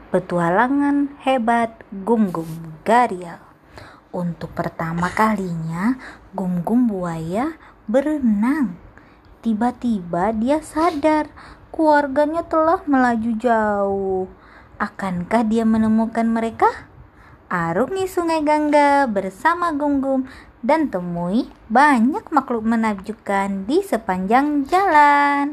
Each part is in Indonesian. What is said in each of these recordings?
Petualangan hebat Gum-Gum Garial. Untuk pertama kalinya, Gum-Gum buaya berenang. Tiba-tiba dia sadar keluarganya telah melaju jauh. Akankah dia menemukan mereka? Arungi Sungai Gangga bersama Gum-Gum dan temui banyak makhluk menakjubkan di sepanjang jalan.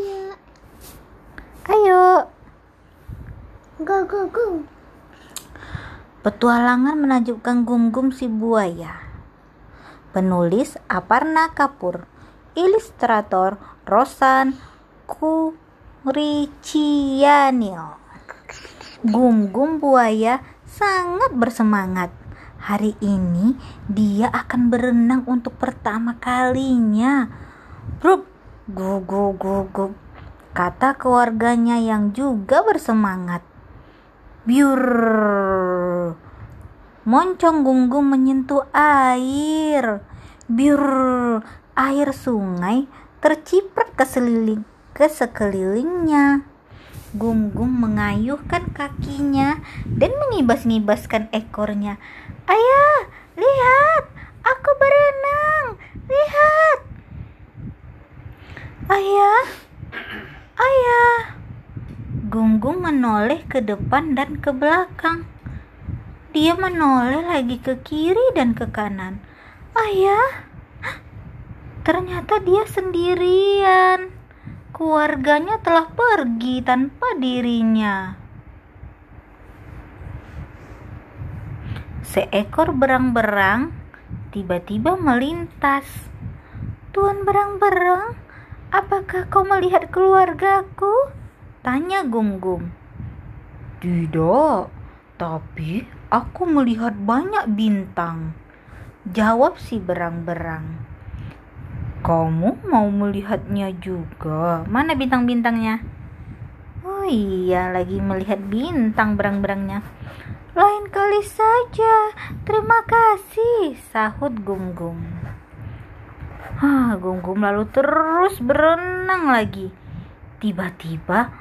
Ayo. Go, go, go. Petualangan menakjubkan Gum-Gum si buaya. Penulis Aparna Kapur. Ilustrator Rosan Kuricianil. Gum-Gum buaya sangat bersemangat. Hari ini dia akan berenang untuk pertama kalinya. Grup, guguk, kata keluarganya yang juga bersemangat. Biur. Moncong Gum-Gum menyentuh air. Biur. Air sungai terciprat ke sekelilingnya. Gum-Gum mengayuhkan kakinya dan mengibas-ngibaskan ekornya. Ayah, lihat, aku berenang. Lihat. Ayah. Gum-Gum menoleh ke depan dan ke belakang. Dia menoleh lagi ke kiri dan ke kanan. Ayah, ternyata dia sendirian. Keluarganya telah pergi tanpa dirinya. Seekor berang-berang tiba-tiba melintas. Tuan berang-berang, apakah kau melihat keluargaku? Tanya Gum-Gum. Tidak, tapi aku melihat banyak bintang, jawab si berang-berang. Kamu mau melihatnya juga? Mana bintang-bintangnya? Oh iya, lagi melihat bintang berang-berangnya. Lain kali saja, terima kasih, sahut Gum-Gum. Gum-Gum lalu terus berenang lagi. Tiba-tiba,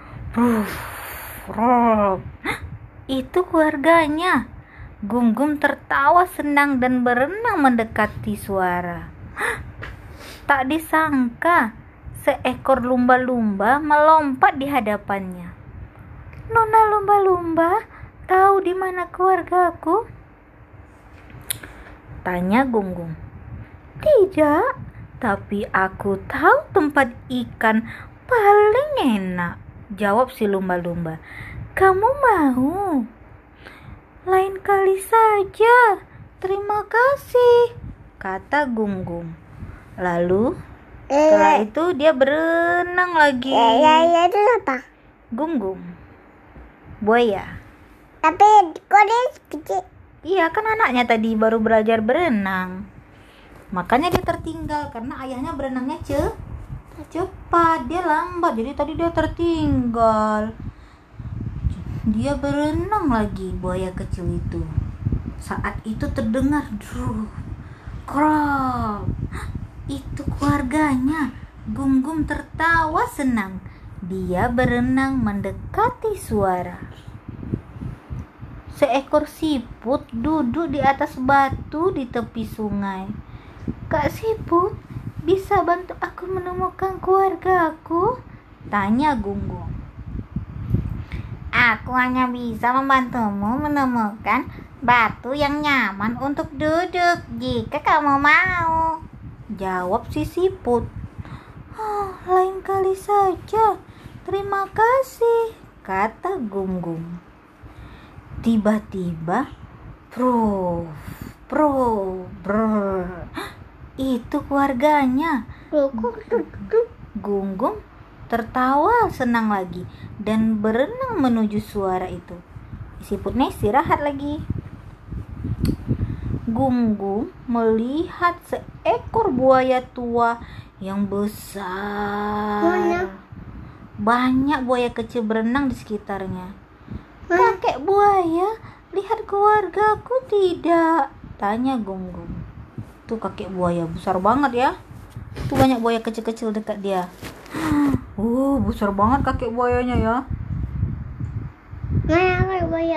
itu keluarganya. Gum-Gum tertawa senang dan berenang mendekati suara. Tak disangka, seekor lumba-lumba melompat di hadapannya. Nona lumba-lumba, tahu di mana keluargaku? Tanya Gum-Gum. Tidak, tapi aku tahu tempat ikan paling enak, jawab si lumba-lumba. Kamu mau? Lain kali saja, terima kasih, kata Gum-Gum. Lalu setelah itu dia berenang lagi. Itu apa? Gum-Gum buaya. Tapi kok dia kecil? Iya, kan anaknya tadi baru belajar berenang. Makanya dia tertinggal karena ayahnya berenangnya cepat, dia lambat. Jadi tadi dia tertinggal. Dia berenang lagi, buaya kecil itu. Saat itu terdengar krop. Itu keluarganya. Gum-Gum tertawa senang. Dia berenang mendekati suara. Seekor siput duduk di atas batu di tepi sungai. Kak Siput, bisa bantu aku menemukan keluargaku? Tanya Gum-Gum. Aku hanya bisa membantumu menemukan batu yang nyaman untuk duduk jika kamu mau, jawab si siput. Lain kali saja, terima kasih, kata Gum-Gum. Tiba-tiba, itu keluarganya. Gum-Gum tertawa senang lagi dan berenang menuju suara itu. Siputnya istirahat lagi. Gum-Gum melihat seekor buaya tua yang besar. Banyak buaya kecil berenang di sekitarnya. Kakek buaya, lihat keluargaku tidak? Tanya Gum-Gum. Tuh kakek buaya besar banget ya. Tuh banyak buaya kecil-kecil dekat dia. Besar banget kakek buayanya ya. Mana kakak buaya?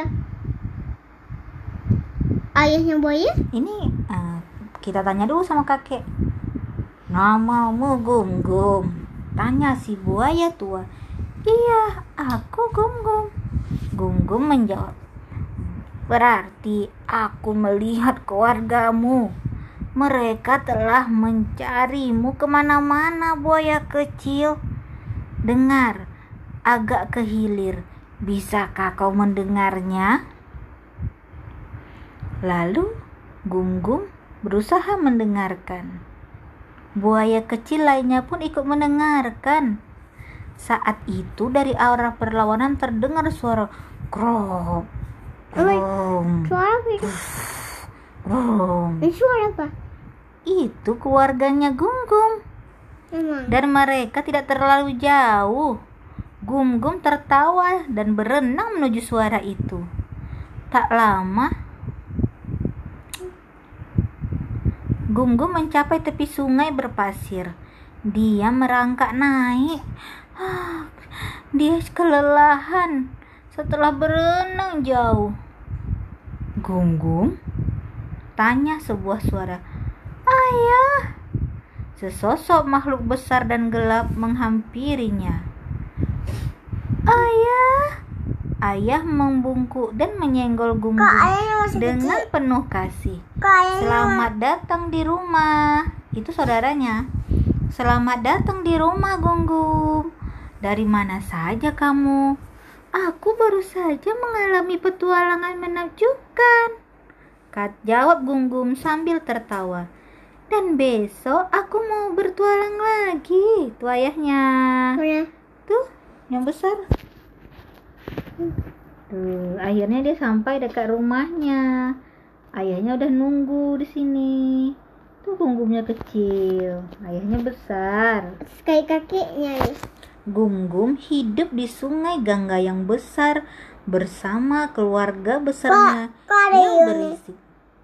Ayahnya buaya? Ini kita tanya dulu sama kakek. Namamu Gum-Gum? Tanya si buaya tua. Iya, aku Gum-Gum. Gum-Gum menjawab. Berarti aku melihat keluargamu. Mereka telah mencarimu kemana-mana, buaya kecil. Dengar, agak kehilir. Bisakah kau mendengarnya? Lalu Gum-Gum berusaha mendengarkan. Buaya kecil lainnya pun ikut mendengarkan. Saat itu dari arah perlawanan terdengar suara krok, krong, Suara apa itu? krong. Suara apa? Itu keluarganya Gum-Gum. Emang. Dan mereka tidak terlalu jauh. Gum-Gum tertawa dan berenang menuju suara itu. Tak lama, Gum-Gum mencapai tepi sungai berpasir. Dia merangkak naik. Dia kelelahan setelah berenang jauh. Gum-Gum, tanya sebuah suara. Ayah! Sesosok makhluk besar dan gelap menghampirinya. Ayah! Ayah membungkuk dan menyenggol Gum-Gum dengan penuh kasih. Selamat datang di rumah. Itu saudaranya. Selamat datang di rumah, Gum-Gum. Dari mana saja kamu? Aku baru saja mengalami petualangan menakjubkan. Jawab Gum-Gum sambil tertawa. Dan besok aku mau bertualang lagi. Itu ayahnya. Tuh, yang besar. Tuh, akhirnya dia sampai dekat rumahnya. Ayahnya udah nunggu di sini. Tuh Gum-Gumnya kecil, ayahnya besar. Kayak kakeknya ya. Gum-Gum hidup di sungai Gangga yang besar bersama keluarga besarnya yang berisik.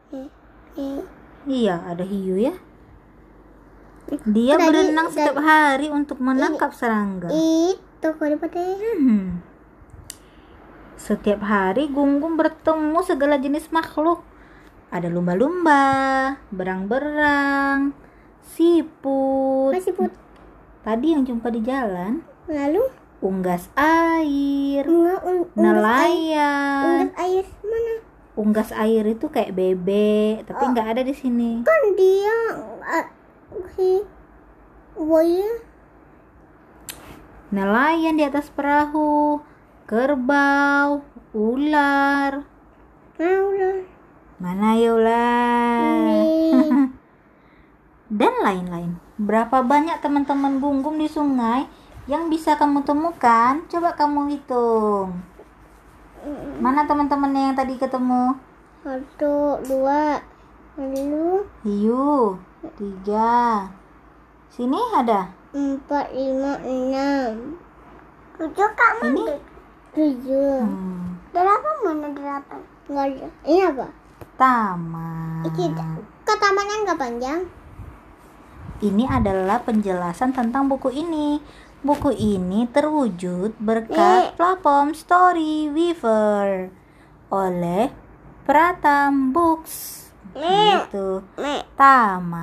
Iya, ada hiu ya. Dia berenang setiap hari untuk menangkap serangga. Itu kok dipatah. Setiap hari Gum-Gum bertemu segala jenis makhluk. Ada lumba-lumba, berang-berang, siput. Tadi yang jumpa di jalan. Lalu? Unggas air, nelayan. Unggas air mana? Unggas air itu kayak bebek, tapi nggak ada di sini. Kan dia si buaya. Nelayan di atas perahu, kerbau, ular. Ular. Mana ya ular? Dan lain-lain. Berapa banyak teman-teman Gum-Gum di sungai yang bisa kamu temukan? Coba kamu hitung. Mana teman-temannya yang tadi ketemu? 1, 2, lalu Hiu, 3. Sini ada 4, 5, 6. 7 kamu? Ini 7. 8 mana 8? Enggak ada. Ini apa? taman. Kok tamannya enggak panjang? Ini adalah penjelasan tentang buku ini. Buku ini terwujud berkat platform Storyweaver oleh Pratham Books. Gitu. Taman.